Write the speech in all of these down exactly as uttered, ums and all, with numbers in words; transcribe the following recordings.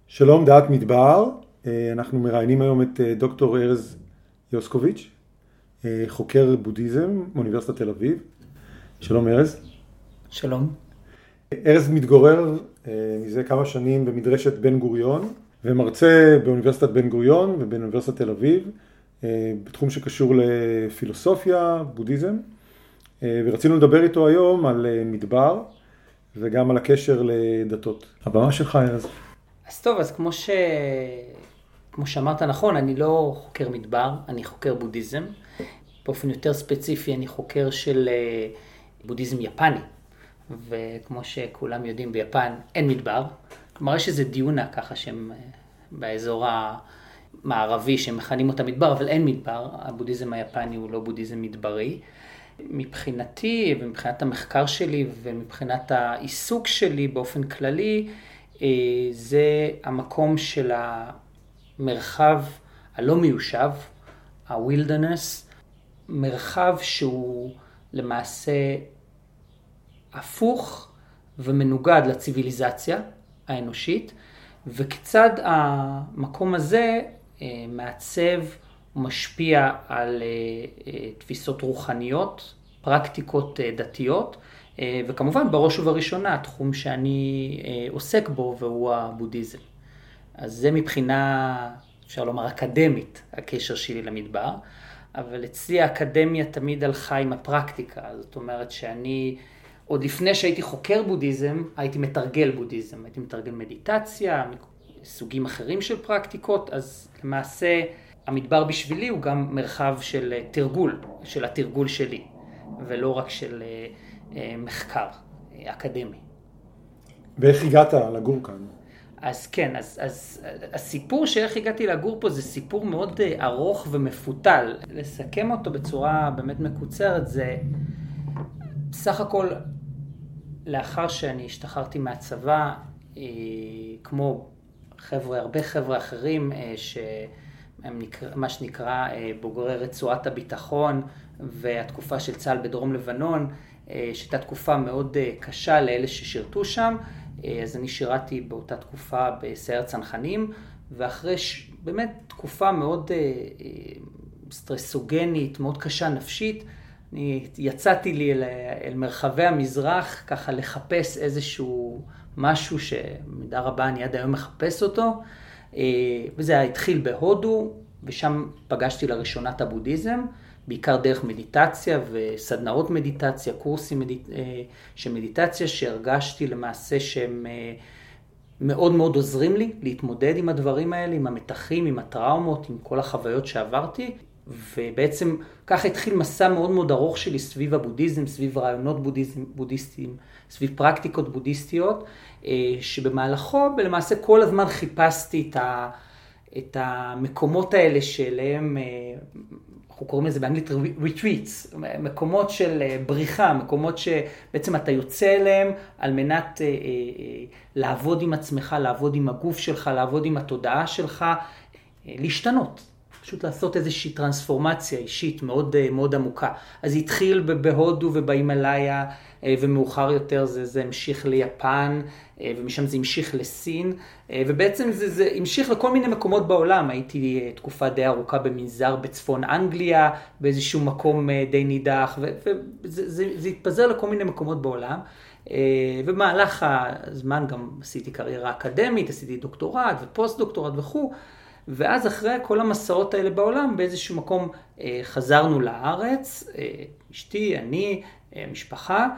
שלום, דעת מדבר. אנחנו מראיינים היום את דוקטור ארז יוסקוביץ', חוקר בודהיזם מאוניברסיטת תל אביב. שלום ארז. שלום. ארז מתגורר מזה כמה שנים במדרשת בן גוריון, ומרצה באוניברסיטת בן גוריון ובאוניברסיטת תל אביב, בתחום שקשור לפילוסופיה, בודהיזם. ורצינו לדבר איתו היום על מדבר, וגם על הקשר לדתות. הבמה שלך ארז. אז טוב, אז כמו, ש... כמו שאמרת נכון, אני לא חוקר מדבר, אני חוקר בודהיזם. באופן יותר ספציפי, אני חוקר של בודהיזם יפני. וכמו שכולם יודעים, ביפן אין מדבר. כלומר, יש איזה דיונה ככה שהם באזור המערבי, שהם מכנים אותה מדבר, אבל אין מדבר. הבודהיזם היפני הוא לא בודהיזם מדברי. מבחינתי ומבחינת המחקר שלי ומבחינת העיסוק שלי באופן כללי, זה המקום של המרחב הלא מיושב, ה-wilderness, מרחב שהוא למעשה הפוך ומנוגד לציוויליזציה האנושית, וכיצד המקום הזה מעצב ומשפיע על תפיסות רוחניות, פרקטיקות דתיות, וכמובן בראש ובראשונה התחום שאני עוסק בו והוא הבודהיזם. אז זה מבחינה, אפשר לומר, אקדמית, הקשר שלי למדבר, אבל אצלי האקדמיה תמיד הלכה עם הפרקטיקה. זאת אומרת שאני, עוד לפני שהייתי חוקר בודהיזם, הייתי מתרגל בודהיזם, הייתי מתרגל מדיטציה, סוגים אחרים של פרקטיקות, אז למעשה המדבר בשבילי הוא גם מרחב של תרגול, של התרגול שלי, ולא רק של מחקר אקדמי. ואיך הגעת לגור כאן? אז כן, אז, אז הסיפור שאיך הגעתי לגור פה זה סיפור מאוד ארוך ומפותל. לסכם אותו בצורה באמת מקוצרת, זה בסך הכל לאחר שאני השתחררתי מהצבא, כמו חבר'ה, הרבה חבר'ה אחרים שהם נקרא, מה שנקרא בוגרי רצועת הביטחון והתקופה של צה"ל בדרום לבנון, שהייתה תקופה מאוד קשה לאלה ששירתו שם. אז אני שירתי באותה תקופה בסיירת צנחנים, ואחרי באמת תקופה מאוד סטרסוגנית, מאוד קשה נפשית, אני יצאתי לי אל, אל מרחבי המזרח, ככה לחפש איזשהו משהו שמידה רבה אני עד היום מחפש אותו, וזה התחיל בהודו, ושם פגשתי לראשונה את הבודהיזם, בעיקר דרך מדיטציה וסדנאות מדיטציה, קורסים מדיט... של מדיטציה, שהרגשתי למעשה שהם מאוד מאוד עוזרים לי להתמודד עם הדברים האלה, עם המתחים, עם הטראומות, עם כל החוויות שעברתי, ובעצם ככה התחיל מסע מאוד מאוד ארוך שלי סביב הבודהיזם, סביב רעיונות בודהיזם, בודהיסטיים, סביב פרקטיקות בודהיסטיות, שבמהלכו למעשה כל הזמן חיפשתי את, ה... את המקומות האלה שאליהם, אנחנו קוראים לזה באנגלית retreats, מקומות של בריחה, מקומות שבעצם אתה יוצא אליהם על מנת לעבוד עם עצמך, לעבוד עם הגוף שלך, לעבוד עם התודעה שלך, להשתנות. פשוט לעשות איזושהי טרנספורמציה אישית מאוד מאוד עמוקה. אז התחיל בהודו ובהימאליה, ומאוחר יותר זה, זה המשיך ליפן, ומשם זה המשיך לסין, ובעצם זה, זה המשיך לכל מיני מקומות בעולם. הייתי תקופה די ארוכה במנזר בצפון אנגליה, באיזשהו מקום די נידח, וזה זה, זה התפזר לכל מיני מקומות בעולם. ובמהלך הזמן גם עשיתי קריירה אקדמית, עשיתי דוקטורט ופוסט דוקטורט וכו'. ואז אחרי כל המסעות האלה בעולם, באיזשהו מקום חזרנו לארץ, אשתי, אני, משפחה,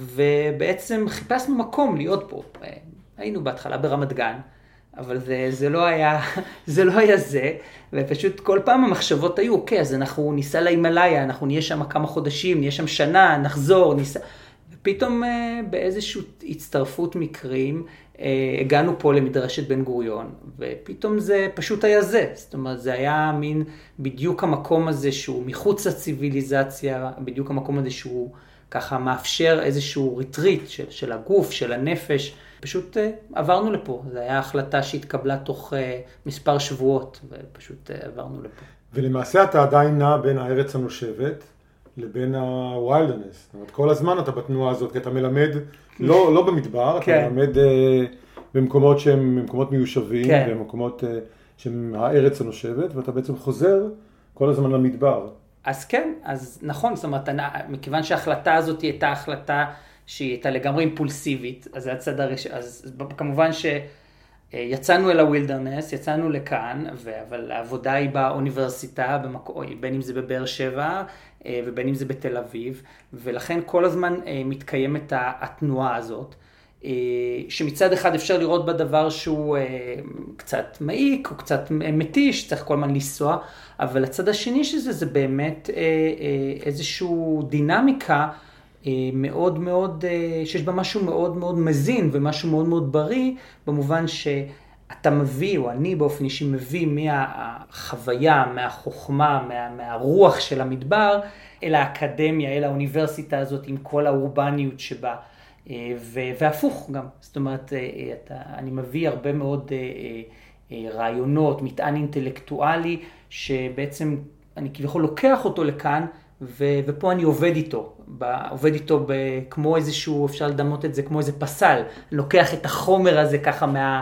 ובעצם חיפשנו מקום להיות פה. היינו בהתחלה ברמת גן, אבל זה, זה לא היה, זה לא היה זה, ופשוט כל פעם המחשבות היו, אוקיי, אז אנחנו ניסע להימאליה, אנחנו נהיה שם כמה חודשים, נהיה שם שנה, נחזור, ניסע. ופתאום באיזושהי הצטרפות מקרים, הגענו פה למדרשת בן גוריון, ופתאום זה פשוט היה זה. זאת אומרת, זה היה מין בדיוק המקום הזה שהוא מחוץ לציוויליזציה, בדיוק המקום הזה שהוא ככה מאפשר איזשהו ריטריט של, של הגוף, של הנפש. פשוט עברנו לפה. זו הייתה החלטה שהתקבלה תוך מספר שבועות, ופשוט עברנו לפה. ולמעשה אתה עדיין נע בין הארץ הנושבת לבין ה-wilderness. זאת אומרת, כל הזמן אתה בתנועה הזאת, כי אתה מלמד, לא, לא במדבר, אתה מלמד במקומות שהם מקומות מיושבים, כן. במקומות שהם הארץ הנושבת, ואתה בעצם חוזר כל הזמן למדבר. אז כן, אז נכון, זאת אומרת, מכיוון שההחלטה הזאת הייתה החלטה שהיא הייתה לגמרי אימפולסיבית, אז זה הצד הראשון, אז כמובן שיצאנו אל הווילדרנס, יצאנו לכאן, אבל העבודה היא באוניברסיטה, בין אם זה בבאר שבע, ובין אם זה בתל אביב, ולכן כל הזמן מתקיימת התנועה הזאת, שמצד אחד אפשר לראות בדבר שהוא קצת מעיק, או קצת מתיש, צריך כל הזמן לנסוע, אבל הצד השני שזה זה באמת איזושהי דינמיקה מאוד מאוד, שיש בה משהו מאוד מאוד מזין ומשהו מאוד מאוד בריא, במובן שאתה מביא, או אני באופן אישי מביא מהחוויה, מהחוכמה, מה, מהרוח של המדבר, אל האקדמיה, אל האוניברסיטה הזאת עם כל האורבניות שבה. והפוך גם, זאת אומרת, אני מביא הרבה מאוד רעיונות, מטען אינטלקטואלי, שבעצם אני כביכול לוקח אותו לכאן, ופה אני עובד איתו, עובד איתו כמו איזשהו, אפשר לדמות את זה כמו איזה פסל, לוקח את החומר הזה ככה מה,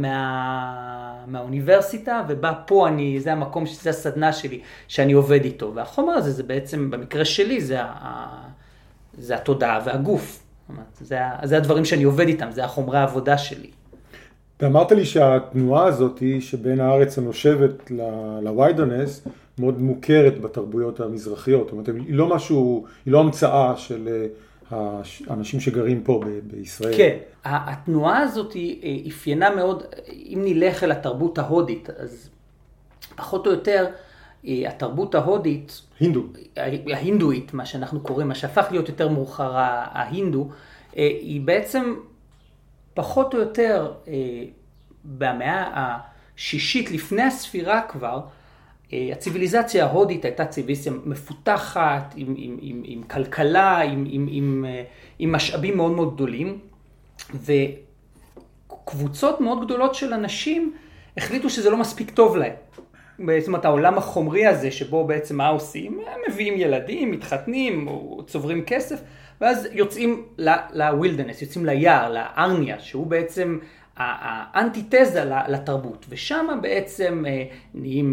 מה, מהאוניברסיטה, ובא פה אני, זה המקום, זה הסדנה שלי, שאני עובד איתו, והחומר הזה זה בעצם, במקרה שלי, זה, זה התודעה והגוף. זה, זה הדברים שאני עובד איתם, זה החומרי העבודה שלי. ואמרת לי שהתנועה הזאת שבין הארץ הנושבת לווילדרנס מאוד מוכרת בתרבויות המזרחיות. זאת אומרת, היא לא משהו, היא לא המצאה של האנשים שגרים פה ב- בישראל. כן, התנועה הזאת היא אפיינה מאוד, אם נלך אל התרבות ההודית, אז פחות או יותר התרבות ההודית, הינדו. ההינדואית, מה שאנחנו קוראים, מה שהפך להיות יותר מאוחר ההינדו, היא בעצם פחות או יותר במאה השישית לפני הספירה כבר, הציביליזציה ההודית הייתה ציביליזציה מפותחת, עם, עם, עם, עם כלכלה, עם, עם, עם, עם משאבים מאוד מאוד גדולים, וקבוצות מאוד גדולות של אנשים החליטו שזה לא מספיק טוב להם. בעצם את העולם החומרי הזה שבו בעצם מה עושים? הם מביאים ילדים, מתחתנים, או צוברים כסף, ואז יוצאים לווילדרנס, יוצאים ליער, לארניה, שהוא בעצם האנטיתזה לתרבות. ושם בעצם נהיים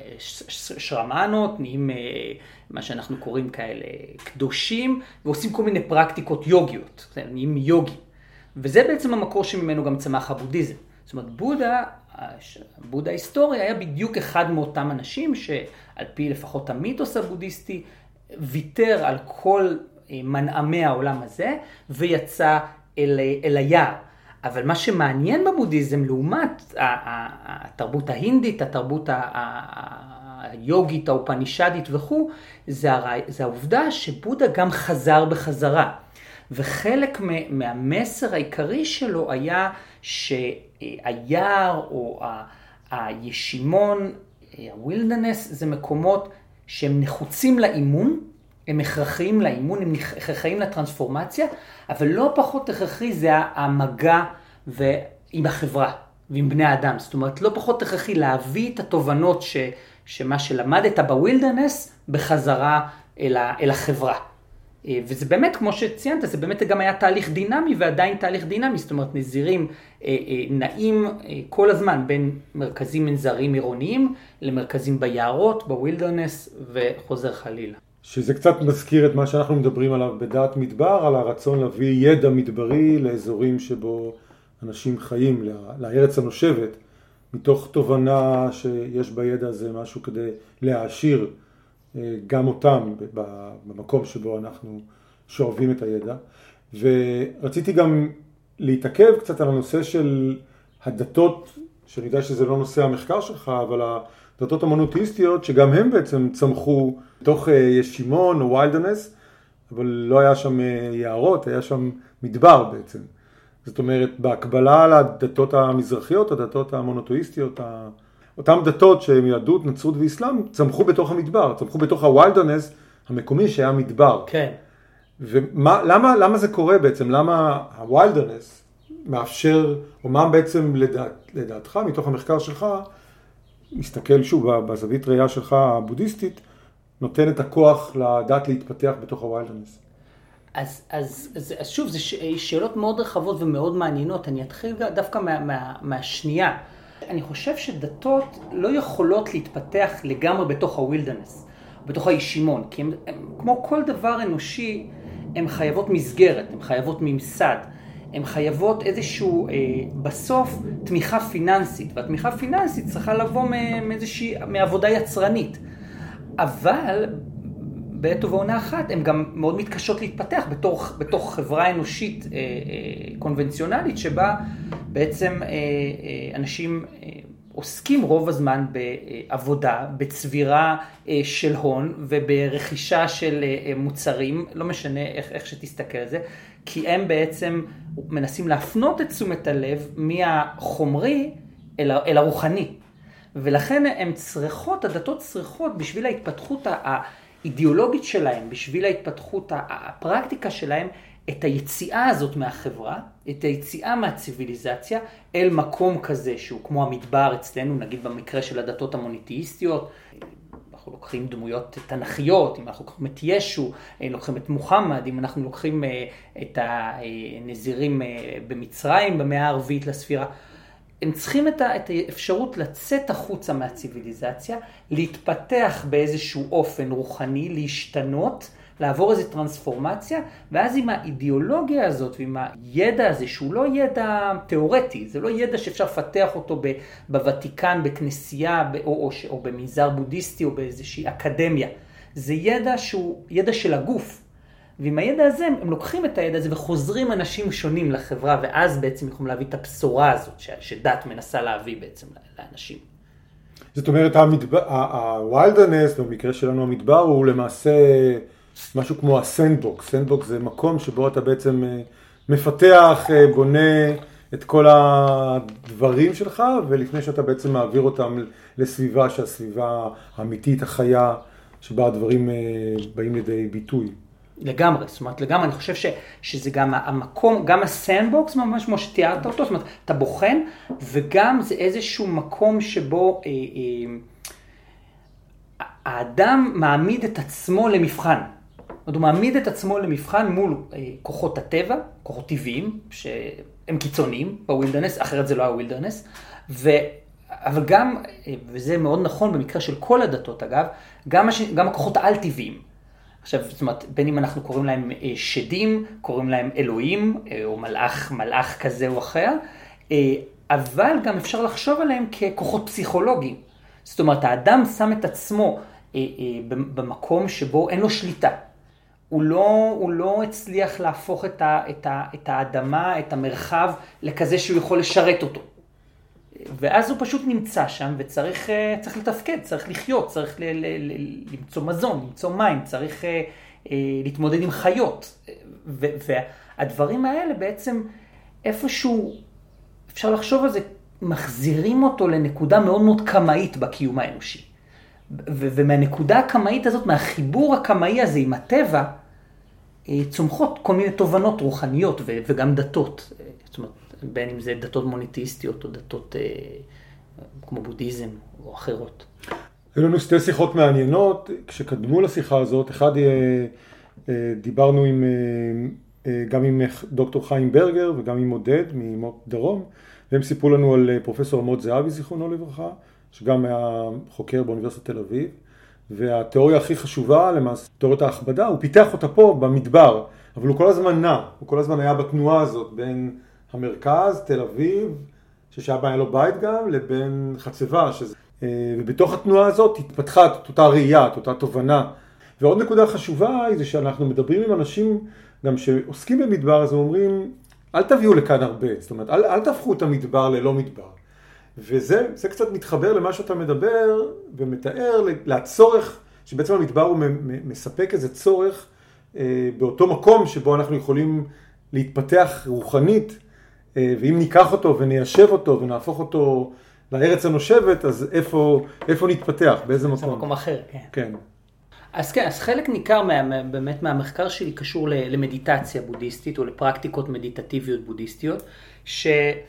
שרמנות, נהיים מה שאנחנו קוראים כאלה קדושים, ועושים כל מיני פרקטיקות יוגיות, נהיים יוגי. וזה בעצם המקור שממנו גם צמח הבודהיזם. זאת אומרת, בודה, בודה ההיסטורי היה בדיוק אחד מאותם אנשים שעל פי לפחות המיתוס הבודהיסטי ויתר על כל מנעמי העולם הזה ויצא אל, אל היער. אבל מה שמעניין בבודהיזם לעומת התרבות ההינדית, התרבות היוגית, האופנישדית וכו', זה, הר... זה העובדה שבודה גם חזר בחזרה. וחלק מהמסר העיקרי שלו היה שהיער או הישימון, הווילדרנס, זה מקומות שהם נחוצים לאימון, הם הכרחיים לאימון, הם הכרחיים לטרנספורמציה, אבל לא פחות הכרחי זה המגע עם החברה ועם בני האדם. זאת אומרת, לא פחות הכרחי להביא את התובנות ש, שמה שלמדת בווילדרנס בחזרה אל, ה, אל החברה. וזה באמת, כמו שציינת, זה באמת גם היה תהליך דינמי ועדיין תהליך דינמי. זאת אומרת, נזירים נעים כל הזמן בין מרכזים מנזרים עירוניים למרכזים ביערות, בווילדרנס וחוזר חלילה. שזה קצת מזכיר את מה שאנחנו מדברים עליו בדעת מדבר, על הרצון להביא ידע מדברי לאזורים שבו אנשים חיים, לארץ הנושבת, מתוך תובנה שיש בידע הזה משהו כדי להעשיר גם אותם במקום שבו אנחנו שואבים את הידע. ורציתי גם להתעכב קצת על הנושא של הדתות, שאני יודע שזה לא נושא המחקר שלך, אבל הדתות המונותאיסטיות, שגם הם בעצם צמחו בתוך ישימון או ווילדרנס, אבל לא היה שם יערות, היה שם מדבר בעצם. זאת אומרת, בהקבלה לדתות המזרחיות, הדתות המונותאיסטיות, אותן דתות שהן יהדות, נצרות ואסלאם, צמחו בתוך המדבר, צמחו בתוך הווילדרנס המקומי שהיה מדבר. כן. ולמה, למה זה קורה בעצם? למה הווילדרנס מאפשר, או מה בעצם לדעת, לדעתך, מתוך המחקר שלך, מסתכל שוב בזווית ראייה שלך הבודהיסטית, נותן את הכוח לדת להתפתח בתוך הווילדרנס? אז, אז, אז, אז שוב, זה שאלות מאוד רחבות ומאוד מעניינות. אני אתחיל דווקא מה, מה, מהשנייה. אני חושב שדתות לא יכולות להתפתח לגמרי בתוך הווילדרנס, בתוך הישימון, כי הם, הם, כמו כל דבר אנושי, הן חייבות מסגרת, הן חייבות ממסד, הן חייבות איזשהו, אה, בסוף, תמיכה פיננסית, והתמיכה הפיננסית צריכה לבוא מאיזושהי, מעבודה יצרנית. אבל בעת ובעונה אחת, הן גם מאוד מתקשות להתפתח בתוך, בתוך חברה אנושית אה, אה, קונבנציונלית, שבה בעצם אה, אה, אנשים אה, עוסקים רוב הזמן בעבודה, בצבירה אה, של הון וברכישה של אה, מוצרים, לא משנה איך, איך שתסתכל על זה, כי הם בעצם מנסים להפנות את תשומת הלב מהחומרי אל, אל הרוחני. ולכן הן צריכות, הדתות צריכות בשביל ההתפתחות האידיאולוגית שלהם, בשביל ההתפתחות הפרקטיקה שלהם, את היציאה הזאת מהחברה, את היציאה מהציביליזציה, אל מקום כזה שהוא כמו המדבר אצלנו, נגיד במקרה של הדתות המוניתאיסטיות, אנחנו לוקחים דמויות תנכיות, אם אנחנו לוקחים את ישו, לוקחים את מוחמד, אם אנחנו לוקחים את הנזירים במצרים במאה הרביעית לספירה, הם צריכים את האפשרות לצאת החוצה מהציביליזציה, להתפתח באיזשהו אופן רוחני, להשתנות, לעבור איזו טרנספורמציה, ואז עם האידיאולוגיה הזאת ועם הידע הזה, שהוא לא ידע תיאורטי, זה לא ידע שאפשר לפתח אותו בוותיקן, בכנסייה, או, או, או במנזר בודהיסטי, או באיזושהי אקדמיה. זה ידע שהוא ידע של הגוף. ועם הידע הזה, הם לוקחים את הידע הזה וחוזרים אנשים שונים לחברה, ואז בעצם יכולים להביא את הבשורה הזאת, שדת מנסה להביא בעצם לאנשים. זאת אומרת, הווילדרנס, במקרה שלנו המדבר, הוא למעשה משהו כמו הסנדבוקס. סנדבוקס זה מקום שבו אתה בעצם מפתח, בונה את כל הדברים שלך, ולפני שאתה בעצם מעביר אותם לסביבה, שהסביבה האמיתית, החיה, שבה הדברים באים לידי ביטוי. לגמרי, זאת אומרת, לגמרי, אני חושב ש, שזה גם המקום, גם הסנדבוקס ממש כמו שתיארת אותו, זאת אומרת, אתה בוחן, וגם זה איזשהו מקום שבו אה, אה, האדם מעמיד את עצמו למבחן. זאת אומרת, הוא מעמיד את עצמו למבחן מול אה, כוחות הטבע, כוחות טבעיים, שהם קיצוניים בווילדרנס, אחרת זה לא הווילדרנס, ו... אבל גם, וזה מאוד נכון במקרה של כל הדתות אגב, גם, הש... גם הכוחות העל-טבעיים. עכשיו, זאת אומרת, בין אם אנחנו קוראים להם שדים, קוראים להם אלוהים, או מלאך, מלאך כזה או אחר, אבל גם אפשר לחשוב עליהם ככוחות פסיכולוגיים. זאת אומרת, האדם שם את עצמו במקום שבו אין לו שליטה. הוא לא, הוא לא הצליח להפוך את, ה, את, ה, את האדמה, את המרחב, לכזה שהוא יכול לשרת אותו. ואז הוא פשוט נמצא שם וצריך צריך לתפקד, צריך לחיות, צריך ל, ל, ל, למצוא מזון, למצוא מים, צריך אה, להתמודד עם חיות. ו, והדברים האלה בעצם איפשהו, אפשר לחשוב על זה, מחזירים אותו לנקודה מאוד מאוד קמאית בקיום האנושי. ו, ומהנקודה הקמאית הזאת, מהחיבור הקמאי הזה עם הטבע, צומחות כל מיני תובנות רוחניות ו, וגם דתות. זאת אומרת, בין אם זה דתות מוניתאיסטיות או דתות אה, כמו בודהיזם או אחרות. היו לנו שתי שיחות מעניינות, כשקדמו לשיחה הזאת, אחד אה, אה, דיברנו עם, אה, אה, גם עם דוקטור חיים ברגר וגם עם עודד ממו"פ דרום, והם סיפרו לנו על פרופסור עמוד זהבי, זיכרונו לברכה, שגם היה חוקר באוניברסיטת תל אביב, והתיאוריה הכי חשובה, למעשה, תיאוריית ההכבדה, הוא פיתח אותה פה במדבר, אבל הוא כל הזמן נע, הוא כל הזמן היה בתנועה הזאת בין המרכז, תל אביב, ששם היה לו בית גם, לבין חצבה, שזה... ובתוך התנועה הזאת התפתחה את אותה ראייה, את אותה תובנה. ועוד נקודה חשובה היא זה שאנחנו מדברים עם אנשים גם שעוסקים במדבר, אז הם אומרים, אל תביאו לכאן הרבה, זאת אומרת, אל, אל תהפכו את המדבר ללא מדבר. וזה זה קצת מתחבר למה שאתה מדבר ומתאר לצורך, שבעצם המדבר הוא מספק איזה צורך באותו מקום שבו אנחנו יכולים להתפתח רוחנית, ואם ניקח אותו וניישב אותו ונהפוך אותו לארץ הנושבת, אז איפה, איפה נתפתח, באיזה מקום? זה מקום אחר, כן. כן. אז כן, אז חלק ניכר מה, באמת מהמחקר שלי קשור למדיטציה בודהיסטית או לפרקטיקות מדיטטיביות בודהיסטיות, שהיום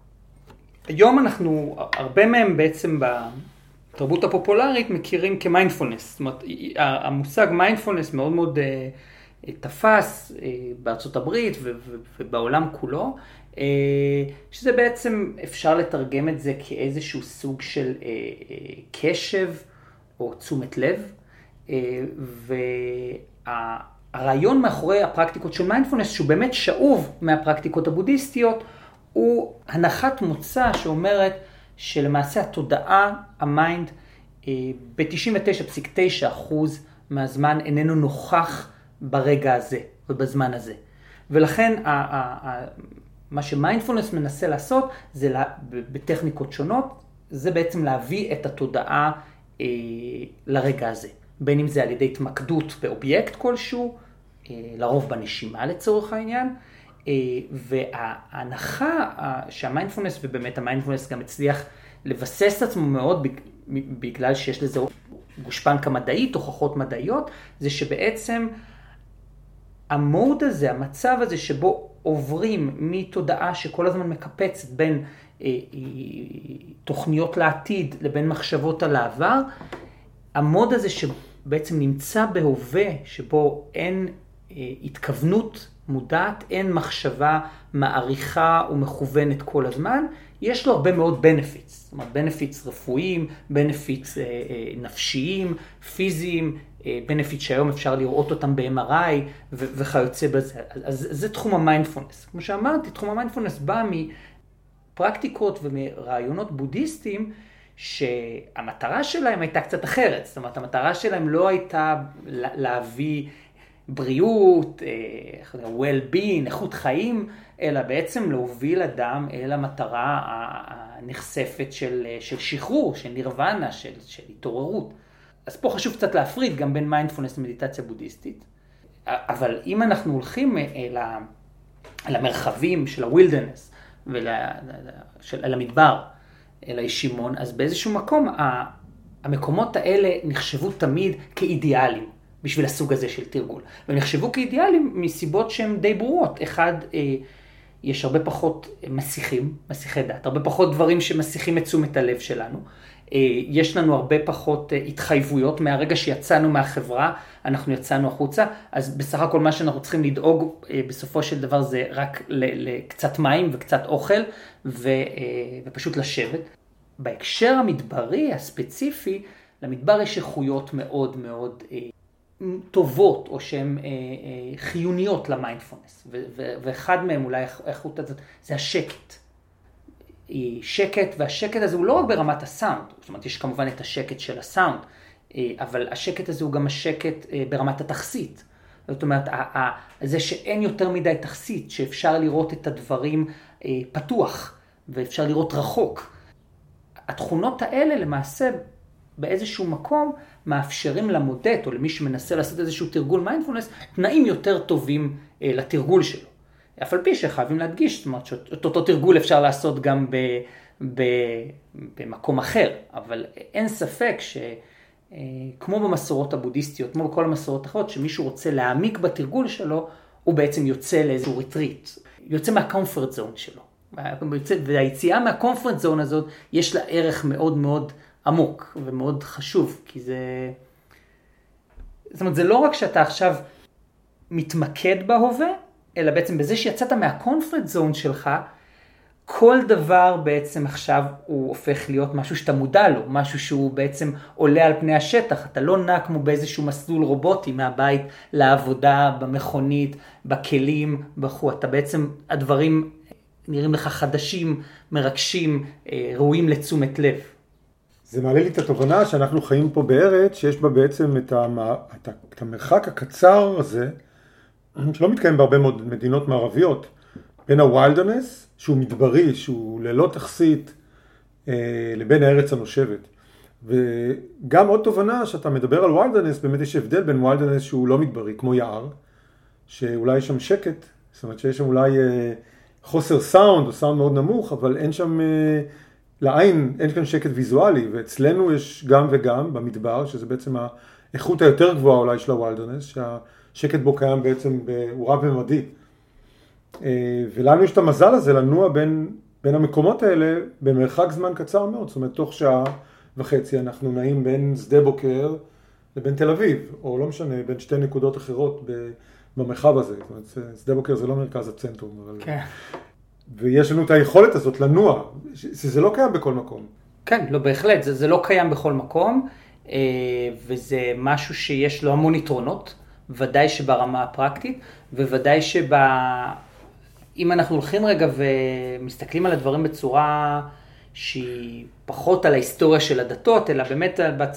אנחנו, הרבה מהם בעצם בתרבות הפופולרית מכירים כמיינדפולנס. זאת אומרת, המושג מיינדפולנס מאוד מאוד תפס בארצות הברית ובעולם כולו, שזה בעצם אפשר לתרגם את זה כאיזשהו סוג של קשב או תשומת לב, והרעיון מאחורי הפרקטיקות של מיינדפולנס, שהוא באמת שאוב מהפרקטיקות הבודהיסטיות, הוא הנחת מוצא שאומרת שלמעשה התודעה, המיינד, ב-תשעים ותשע נקודה תשע אחוז מהזמן איננו נוכח ברגע הזה ובזמן הזה. ולכן מה שמיינדפולנס מנסה לעשות, זה בטכניקות שונות, זה בעצם להביא את התודעה לרגע הזה. בין אם זה על ידי התמקדות באובייקט כלשהו, לרוב בנשימה לצורך העניין, וההנחה שהמיינדפולנס, ובאמת המיינדפולנס גם הצליח לבסס עצמו מאוד בגלל שיש לזה גושפנקה מדעית, הוכחות מדעיות, זה שבעצם המוד הזה, המצב הזה שבו עוברים מתודעה שכל הזמן מקפצת בין אה, אה, תוכניות לעתיד לבין מחשבות על העבר, המוד הזה שבעצם נמצא בהווה, שבו אין אה, התכוונות מודעת, אין מחשבה מעריכה ומכוונת כל הזמן, יש לו הרבה מאוד benefits, זאת אומרת benefits רפואיים, benefits אה, אה, נפשיים, פיזיים, benefits שהיום אפשר לראות אותם ב-אם אר איי ו- וכיוצא בזה. אז זה תחום המיינדפולנס. כמו שאמרתי, תחום המיינדפולנס בא מפרקטיקות ומרעיונות בודהיסטיים שהמטרה שלהם הייתה קצת אחרת. זאת אומרת, המטרה שלהם לא הייתה להביא בריאות, well-being, איכות חיים, אלא בעצם להוביל אדם אל המטרה הנחשפת של, של שחרור, של נירוונה, של, של התעוררות. אז פה חשוב קצת להפריד גם בין מיינדפולנס למדיטציה בודהיסטית. אבל אם אנחנו הולכים אל, ה, אל המרחבים של הווילדרנס ואל המדבר, אל הישימון, אז באיזשהו מקום המקומות האלה נחשבו תמיד כאידיאליים בשביל הסוג הזה של תרגול. והם נחשבו כאידיאליים מסיבות שהן די ברורות. אחד, יש הרבה פחות מסיכים, מסיכי דת, הרבה פחות דברים שמסיכים את תשומת הלב שלנו. יש לנו הרבה פחות התחייבויות מהרגע שיצאנו מהחברה, אנחנו יצאנו החוצה, אז בסך הכל מה שאנחנו צריכים לדאוג בסופו של דבר זה רק לקצת מים וקצת אוכל ופשוט לשבת. בהקשר המדברי הספציפי, למדבר יש איכויות מאוד מאוד טובות או שהן חיוניות למיינדפולנס, ואחד מהם אולי האיכות הזאת זה השקט. שקט, והשקט הזה הוא לא רק ברמת הסאונד, זאת אומרת, יש כמובן את השקט של הסאונד, אבל השקט הזה הוא גם השקט ברמת התכסית. זאת אומרת, זה שאין יותר מדי תכסית, שאפשר לראות את הדברים פתוח, ואפשר לראות רחוק. התכונות האלה למעשה באיזשהו מקום מאפשרים למודט, או למי שמנסה לעשות איזשהו תרגול מיינדפולנס, תנאים יותר טובים לתרגול שלו. אף על פי שחייבים להדגיש, זאת אומרת, שאת אותו תרגול אפשר לעשות גם ב, ב, במקום אחר, אבל אין ספק שכמו במסורות הבודהיסטיות, כמו בכל המסורות האחרות, שמישהו רוצה להעמיק בתרגול שלו, הוא בעצם יוצא לאיזשהו ריטריט, יוצא מהקומפורט זון שלו. והיציאה מהקומפורט זון הזאת, יש לה ערך מאוד מאוד עמוק ומאוד חשוב, כי זה... זאת אומרת, זה לא רק שאתה עכשיו מתמקד בהווה, אלא בעצם בזה שיצאת מהקומפורט זון שלך, כל דבר בעצם עכשיו הוא הופך להיות משהו שאתה מודע לו, משהו שהוא בעצם עולה על פני השטח. אתה לא נע כמו באיזשהו מסלול רובוטי מהבית לעבודה, במכונית, בכלים, בחו. אתה בעצם, הדברים נראים לך חדשים, מרגשים, ראויים לתשומת לב. זה מעלה לי את התובנה שאנחנו חיים פה בארץ, שיש בה בעצם את, המ... את המרחק הקצר הזה, שלא מתקיים בהרבה מאוד מדינות מערביות, בין הווילדרנס, שהוא מדברי, שהוא ללא תכסית, אה, לבין הארץ הנושבת. וגם עוד תובנה שאתה מדבר על ווילדרנס, באמת יש הבדל בין ווילדרנס שהוא לא מדברי, כמו יער, שאולי יש שם שקט, זאת אומרת שיש שם אולי אה, חוסר סאונד, או סאונד מאוד נמוך, אבל אין שם, אה, לעין, אין כאן שקט ויזואלי, ואצלנו יש גם וגם במדבר, שזה בעצם האיכות היותר גבוהה אולי של הווילדרנס, שה... שקט בו קיים בעצם, הוא רב-ממדי. ולנו יש את המזל הזה לנוע בין, בין המקומות האלה במרחק זמן קצר מאוד. זאת אומרת, תוך שעה וחצי אנחנו נעים בין שדה בוקר לבין תל אביב, או לא משנה, בין שתי נקודות אחרות במרחב הזה. זאת אומרת, שדה בוקר זה לא מרכז הצנטרום, אבל... כן. ויש לנו את היכולת הזאת לנוע, שזה לא קיים בכל מקום. כן, לא, בהחלט, זה, זה לא קיים בכל מקום, וזה משהו שיש לו המון יתרונות, ודאי שברמה הפרקטית, וודאי שאם אנחנו הולכים רגע ומסתכלים על הדברים בצורה שהיא פחות על ההיסטוריה של הדתות, אלא באמת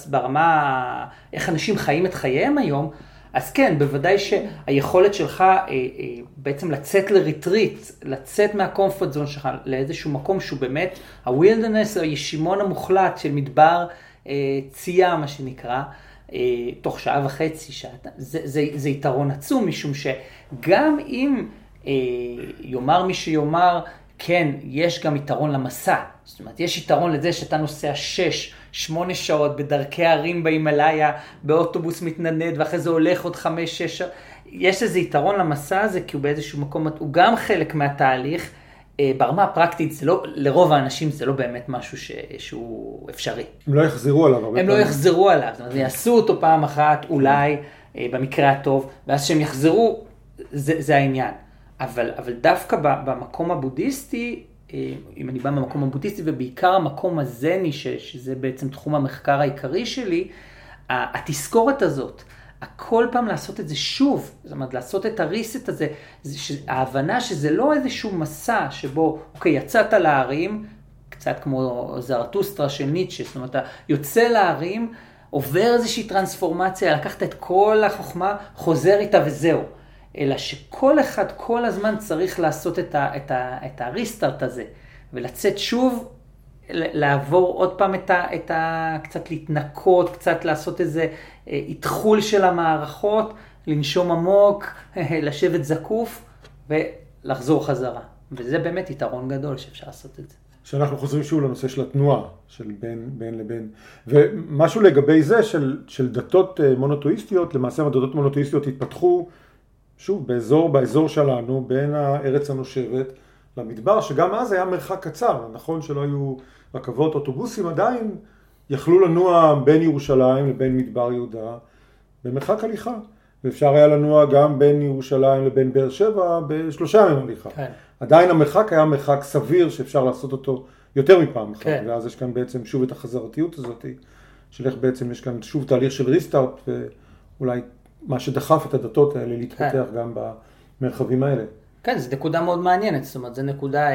ברמה איך אנשים חיים את חייהם היום, אז כן, בוודאי שהיכולת שלך אה, אה, בעצם לצאת לריטריט, לצאת מהקומפורט זון שלך לאיזשהו מקום שהוא באמת הווילדרנס, הישימון המוחלט של מדבר אה, צייה, מה שנקרא, אה, תוך שעה וחצי, שעה, זה, זה, זה יתרון עצום, משום שגם אם אה, יאמר מי שיאמר, כן, יש גם יתרון למסע. זאת אומרת, יש יתרון לזה שאתה נוסע שש, שמונה שעות בדרכי הרים בהימלאיה, באוטובוס מתנדנד, ואחרי זה הולך עוד חמש, שש שעות. יש איזה יתרון למסע הזה, כי הוא באיזשהו מקום, הוא גם חלק מהתהליך. ברמה הפרקטית, זה לא, לרוב האנשים זה לא באמת משהו ש, שהוא אפשרי. הם לא יחזרו עליו. הם פעם. לא יחזרו עליו. זאת אומרת, יעשו אותו פעם אחת, אולי, במקרה הטוב, ואז שהם יחזרו, זה, זה העניין. אבל, אבל דווקא במקום הבודהיסטי, אם אני בא במקום הבודהיסטי, ובעיקר המקום הזני, שזה בעצם תחום המחקר העיקרי שלי, התזכורת הזאת, הכל פעם לעשות את זה שוב, זאת אומרת, לעשות את הריסט הזה, ההבנה שזה לא איזשהו מסע שבו, אוקיי, יצאת להרים, קצת כמו זרטוסטרה של ניטשה, זאת אומרת, אתה יוצא להרים, עובר איזושהי טרנספורמציה, לקחת את כל החוכמה, חוזר איתה וזהו. אלא שכל אחד כל הזמן צריך לעשות את ה, את ה, את הריסטארט הזה, ולצאת שוב, לעבור עוד פעם את ה, את ה, קצת להתנקות, קצת לעשות איזה התחול של המערכות, לנשום עמוק, לשבת זקוף, ולחזור חזרה. וזה באמת יתרון גדול שאפשר לעשות את זה. שאנחנו חוזרים שוב לנושא של התנועה, של בין, בין לבין. ומשהו לגבי זה של, של דתות מונותאיסטיות, למעשה הדתות מונותאיסטיות התפתחו, שוב, באזור, באזור שלנו, בין הארץ הנושבת למדבר, שגם אז היה מרחק קצר. נכון שלא היו רכבות, אוטובוסים, עדיין יכלו לנוע בין ירושלים לבין מדבר יהודה, במרחק הליכה. ואפשר היה לנוע גם בין ירושלים לבין באר שבע בשלושה ימים הליכה. כן. עדיין המרחק היה מרחק סביר שאפשר לעשות אותו יותר מפעם אחת. כן. ואז יש כאן בעצם שוב את החזרתיות הזאת, של איך בעצם יש כאן שוב תהליך של ריסטארט, ואולי מה שדחף את הדתות האלה להתפתח כן. גם במרחבים האלה. כן, זו נקודה מאוד מעניינת, זאת אומרת, זו נקודה,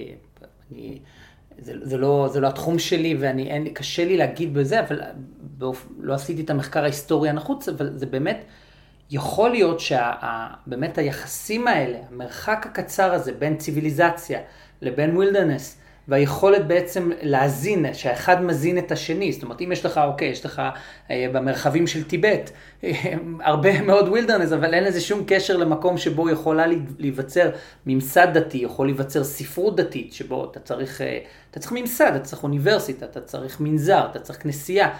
אני, זה, זה, לא, זה לא התחום שלי, ואני, אין, קשה לי להגיד בזה, אבל באופ, לא עשיתי את המחקר ההיסטורי הנחוץ, אבל זה באמת, יכול להיות שבאמת היחסים האלה, המרחק הקצר הזה, בין ציוויליזציה לבין וילדרנס, והיכולת בעצם להזין, שהאחד מזין את השני. זאת אומרת, אם יש לך, אוקיי, יש לך במרחבים של טיבט, הרבה מאוד וילדרנס, אבל אין לזה שום קשר למקום שבו יכולה להיווצר ממסד דתי, יכול להיווצר ספרות דתית, שבו אתה צריך, אתה צריך ממסד, אתה צריך אוניברסיטה, אתה צריך מנזר, אתה צריך כנסייה.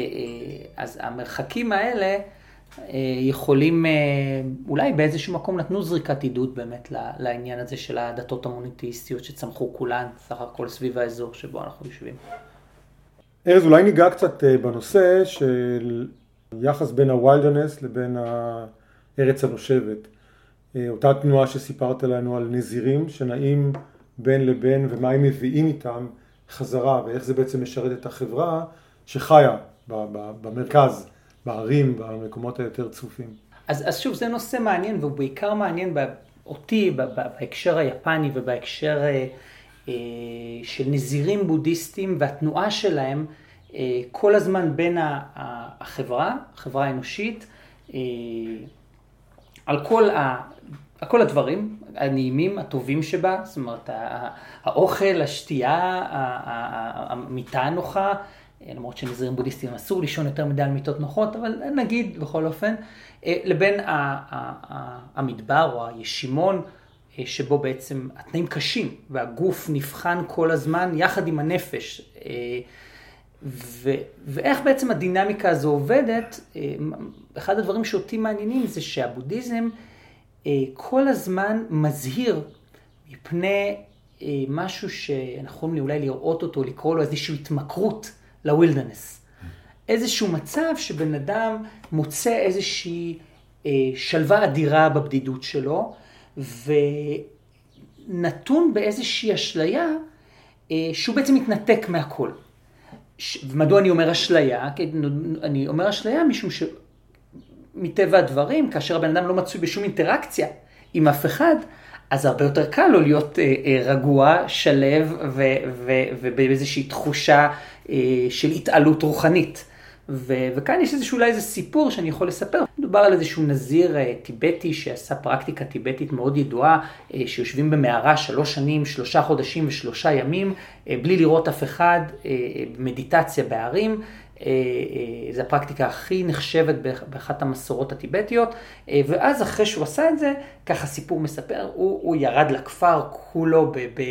אז המרחקים האלה יכולים, אולי באיזשהו מקום נתנו זריקת עידוד באמת לעניין הזה של הדתות המונותאיסטיות שצמחו כולן, סך הכל סביב האזור שבו אנחנו יושבים. ארז, אולי ניגע קצת בנושא של יחס בין הווילדרנס לבין הארץ הנושבת. אותה תנועה שסיפרת לנו על נזירים שנעים בין לבין ומה הם מביאים איתם חזרה, ואיך זה בעצם משרת את החברה שחיה במרכז. בערים, במקומות היותר צפופים. אז, אז שוב, זה נושא מעניין, והוא בעיקר מעניין אותי בהקשר היפני ובהקשר אה, של נזירים בודהיסטים והתנועה שלהם אה, כל הזמן בין החברה, החברה האנושית, אה, על כל, ה, על כל הדברים הנעימים, הטובים שבה, זאת אומרת, האוכל, השתייה, המיטה הנוחה, למרות שנזירים בודהיסטים אסור לישון יותר מדי על מיטות נוחות, אבל נגיד בכל אופן, לבין המדבר או הישימון, שבו בעצם התנאים קשים, והגוף נבחן כל הזמן יחד עם הנפש. ואיך בעצם הדינמיקה הזו עובדת, אחד הדברים שאותי מעניינים זה שהבודהיזם כל הזמן מזהיר מפני משהו שאנחנו יכולים אולי לראות אותו, לקרוא לו איזושהי התמכרות, לווילדרנס. איזשהו מצב שבן אדם מוצא איזושהי שלווה אדירה בבדידות שלו, ונתון באיזושהי אשליה שהוא בעצם מתנתק מהכל. ומדוע אני אומר אשליה? אני אומר אשליה משום שמטבע הדברים, כאשר הבן אדם לא מצוי בשום אינטראקציה עם אף אחד, אז הרבה יותר קל לו להיות רגוע, שלב ובאיזושהי תחושה של התעלות רוחנית. וכאן יש איזשהו אולי איזה סיפור שאני יכול לספר. מדובר על איזשהו נזיר טיבטי שעשה פרקטיקה טיבטית מאוד ידועה, שיושבים במערה שלוש שנים, שלושה חודשים ושלושה ימים, בלי לראות אף אחד, מדיטציה בערים. זו הפרקטיקה הכי נחשבת באחת המסורות הטיבטיות, ואז אחרי שהוא עשה את זה, ככה סיפור מספר, הוא, הוא ירד לכפר כולו ב... ב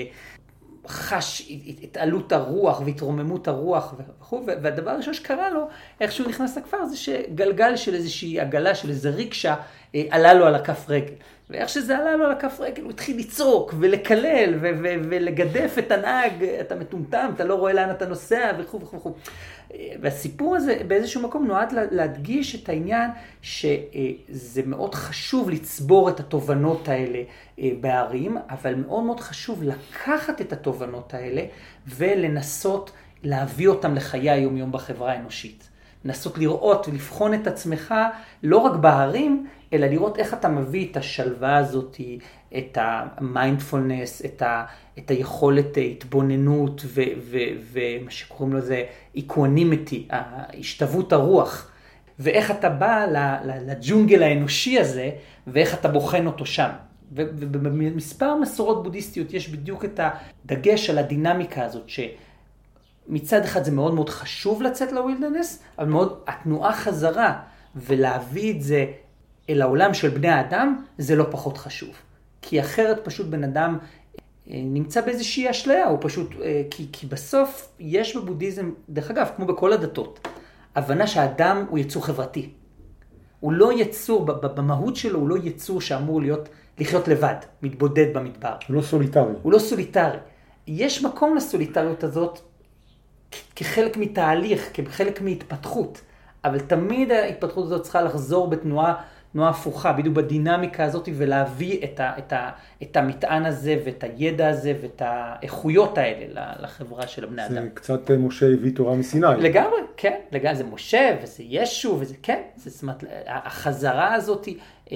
חש התעלות הרוח והתרוממות הרוח וכו', והדבר הראשון שקרה לו, איך שהוא נכנס לכפר, זה שגלגל של איזושהי עגלה, של איזה ריקשה, עלה לו על הכף רגל. ואיך שזה עלה לו על הכף רגל, הוא התחיל לצעוק ולקלל ו- ו- ולגדף את הנהג, אתה מטומטם, אתה לא רואה לאן אתה נוסע וכו' וכו' וכו'. והסיפור הזה באיזשהו מקום נועד להדגיש את העניין שזה מאוד חשוב לצבור את התובנות האלה בערים, אבל מאוד מאוד חשוב לקחת את התובנות האלה ולנסות להביא אותם לחיי היום-יום בחברה האנושית. לנסות לראות ולבחון את עצמך לא רק בערים, אלא לראות איך אתה מביא את השלווה הזאת, את המיינדפולנס, את, ה, את היכולת התבוננות ומה שקוראים לו זה איקואנימיטי, השתוות הרוח, ואיך אתה בא לג'ונגל האנושי הזה, ואיך אתה בוחן אותו שם. ובמספר מסורות בודהיסטיות יש בדיוק את הדגש על הדינמיקה הזאת, שמצד אחד זה מאוד מאוד חשוב לצאת לווילדרנס, אבל מאוד התנועה חזרה ולהביא את זה אל העולם של בני האדם, זה לא פחות חשוב. כי אחרת פשוט בן אדם נמצא באיזושהי אשליה, הוא פשוט, כי, כי בסוף יש בבודהיזם, דרך אגב, כמו בכל הדתות, הבנה שהאדם הוא יצור חברתי. הוא לא יצור, במהות שלו הוא לא יצור שאמור להיות, לחיות לבד, מתבודד במדבר. הוא לא סוליטרי. הוא לא סוליטרי. יש מקום לסוליטריות הזאת כחלק מתהליך, כחלק מהתפתחות, אבל תמיד ההתפתחות הזאת צריכה לחזור בתנועה, תנועה הפוכה, בדיוק בדינמיקה הזאת, ולהביא את, ה, את, ה, את המטען הזה, ואת הידע הזה, ואת האיכויות האלה לחברה של הבני אדם. זה קצת משה הביא תורה מסיני. לגמרי, כן, לגמרי, זה משה, וזה ישו, וזה כן, זה, זאת אומרת, החזרה הזאת,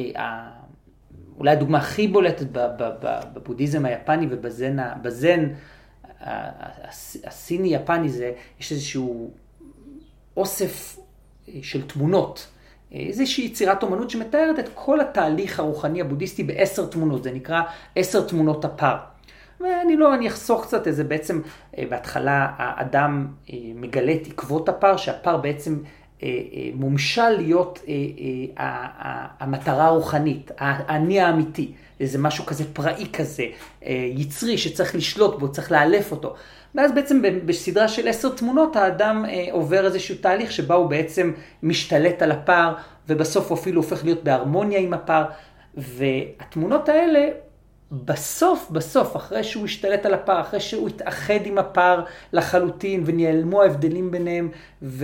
אולי הדוגמה הכי בולטת בבודהיזם היפני ובזן, בזן הסיני-יפני, זה, יש איזשהו אוסף של תמונות, איזושהי יצירת אומנות שמתארת את כל התהליך הרוחני הבודהיסטי בעשר תמונות, זה נקרא עשר תמונות הפר. ואני לא, אני אחסוך קצת, איזה בעצם בהתחלה האדם מגלה את עקבות הפר, שהפר בעצם מומשל להיות המטרה הרוחנית, האני האמיתי, איזה משהו כזה פראי כזה, יצרי שצריך לשלוט בו, צריך לאלף אותו. ואז בעצם בסדרה של עשר תמונות האדם עובר איזשהו תהליך שבה הוא בעצם משתלט על הפר, ובסוף הוא אפילו הופך להיות בהרמוניה עם הפר, והתמונות האלה בסוף, בסוף, אחרי שהוא השתלט על הפר, אחרי שהוא התאחד עם הפר לחלוטין, ונעלמו ההבדלים ביניהם, ו...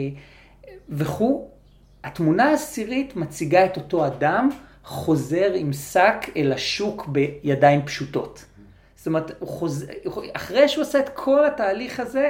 וכו', התמונה העשירית מציגה את אותו אדם, חוזר עם שק אל השוק בידיים פשוטות. זאת אומרת, הוא חוזר, אחרי שהוא עושה את כל התהליך הזה,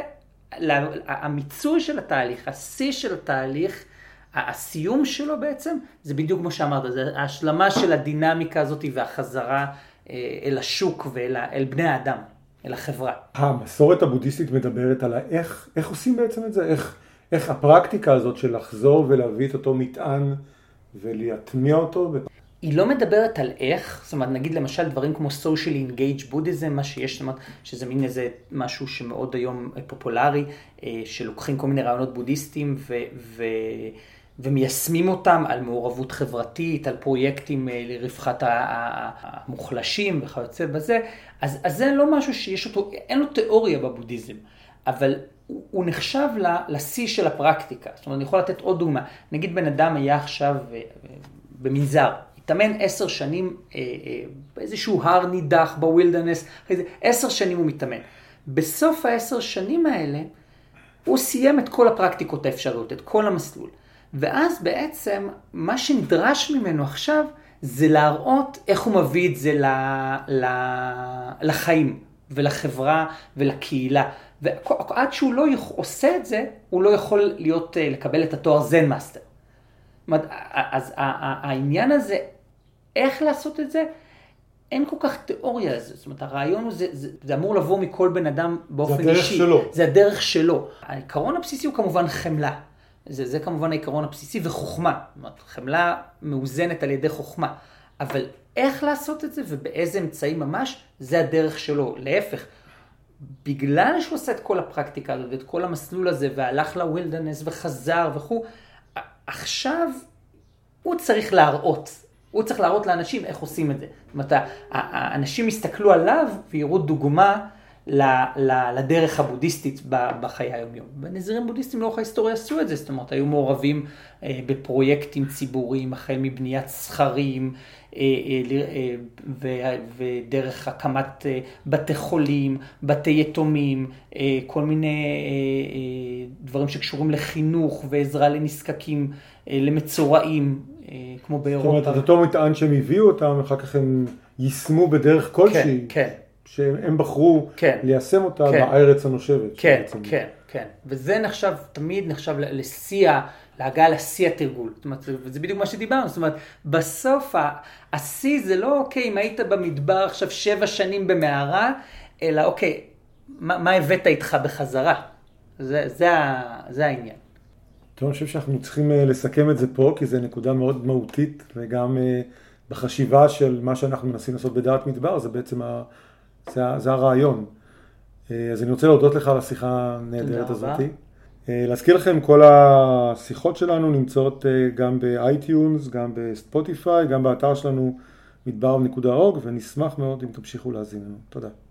המיצוי של התהליך, השיא של התהליך, הסיום שלו בעצם, זה בדיוק כמו שאמרת, זה ההשלמה של הדינמיקה הזאת והחזרה אל השוק ואל בני האדם, אל החברה. המסורת הבודהיסטית מדברת על איך, איך עושים בעצם את זה, איך, איך הפרקטיקה הזאת של לחזור ולהביא את אותו מטען ולהטמיע אותו. היא לא מדברת על איך, זאת אומרת, נגיד למשל דברים כמו socially engaged Buddhism, מה שיש, זאת אומרת, שזה מין איזה משהו שמאוד היום פופולרי, שלוקחים כל מיני רעיונות בודהיסטיים ו... ו... ומיישמים אותם על מעורבות חברתית, על פרויקטים לרווחת המוחלשים וכיוצא בזה, אז, אז זה לא משהו שיש אותו, אין לו תיאוריה בבודהיזם, אבל הוא, הוא נחשב לשיא של הפרקטיקה. זאת אומרת, אני יכול לתת עוד דוגמה. נגיד בן אדם היה עכשיו במנזר, התאמן עשר שנים באיזשהו הר נידח בווילדרנס, עשר שנים הוא מתאמן. בסוף העשר שנים האלה, הוא סיים את כל הפרקטיקות האפשריות, את כל המסלול. ואז בעצם מה שנדרש ממנו עכשיו זה להראות איך הוא מביא את זה ל, ל, לחיים ולחברה ולקהילה. ועד שהוא לא עושה את זה, הוא לא יכול להיות, לקבל את התואר זן מאסטר. אז העניין הזה, איך לעשות את זה, אין כל כך תיאוריה לזה. זאת אומרת, הרעיון הוא, זה, זה, זה אמור לבוא מכל בן אדם באופן אישי. זה הדרך שלו. זה הדרך שלו. העיקרון הבסיסי הוא כמובן חמלה. זה, זה כמובן העיקרון הבסיסי וחוכמה. זאת אומרת, חמלה מאוזנת על ידי חוכמה. אבל איך לעשות את זה ובאיזה אמצעים ממש, זה הדרך שלו. להפך, בגלל שהוא עושה את כל הפרקטיקה הזאת ואת כל המסלול הזה, והלך לווילדרנס וחזר וכו', עכשיו הוא צריך להראות. הוא צריך להראות לאנשים איך עושים את זה. זאת אומרת, האנשים יסתכלו עליו ויראו דוגמה לדרך הבודהיסטית בחיי היום-יום. ונזירים בודהיסטים לאורך ההיסטוריה עשו את זה, זאת אומרת, היו מעורבים בפרויקטים ציבוריים, החל מבניית סכרים, ודרך הקמת בתי חולים, בתי יתומים, כל מיני דברים שקשורים לחינוך ועזרה לנזקקים, למצורעים, כמו באירופה. זאת אומרת, את אותו מטען שהם הביאו אותם, אחר כך הם יישמו בדרך כלשהי. כן, כן. שהם בחרו כן, ליישם אותה כן, בארץ הנושבת. כן, כן, כן. וזה נחשב, תמיד נחשב לשיאה, להגעה לשיא התרגול. זאת אומרת, וזה בדיוק מה שדיברנו. זאת אומרת, בסוף השיא זה לא, אוקיי, אם היית במדבר עכשיו שבע שנים במערה, אלא, אוקיי, מה, מה הבאת איתך בחזרה? זה, זה, זה העניין. טוב, אני חושב שאנחנו צריכים לסכם את זה פה, כי זו נקודה מאוד מהותית, וגם בחשיבה של מה שאנחנו מנסים לעשות בדעת מדבר, זה בעצם ה... זה, זה הרעיון. אז אני רוצה להודות לך על השיחה הנהדרת הזאת. להזכיר לכם, כל השיחות שלנו נמצאות גם באייטיונס, גם בספוטיפיי, גם באתר שלנו מדבר נקודה אורג, ונשמח מאוד אם תמשיכו להאזין לנו. תודה.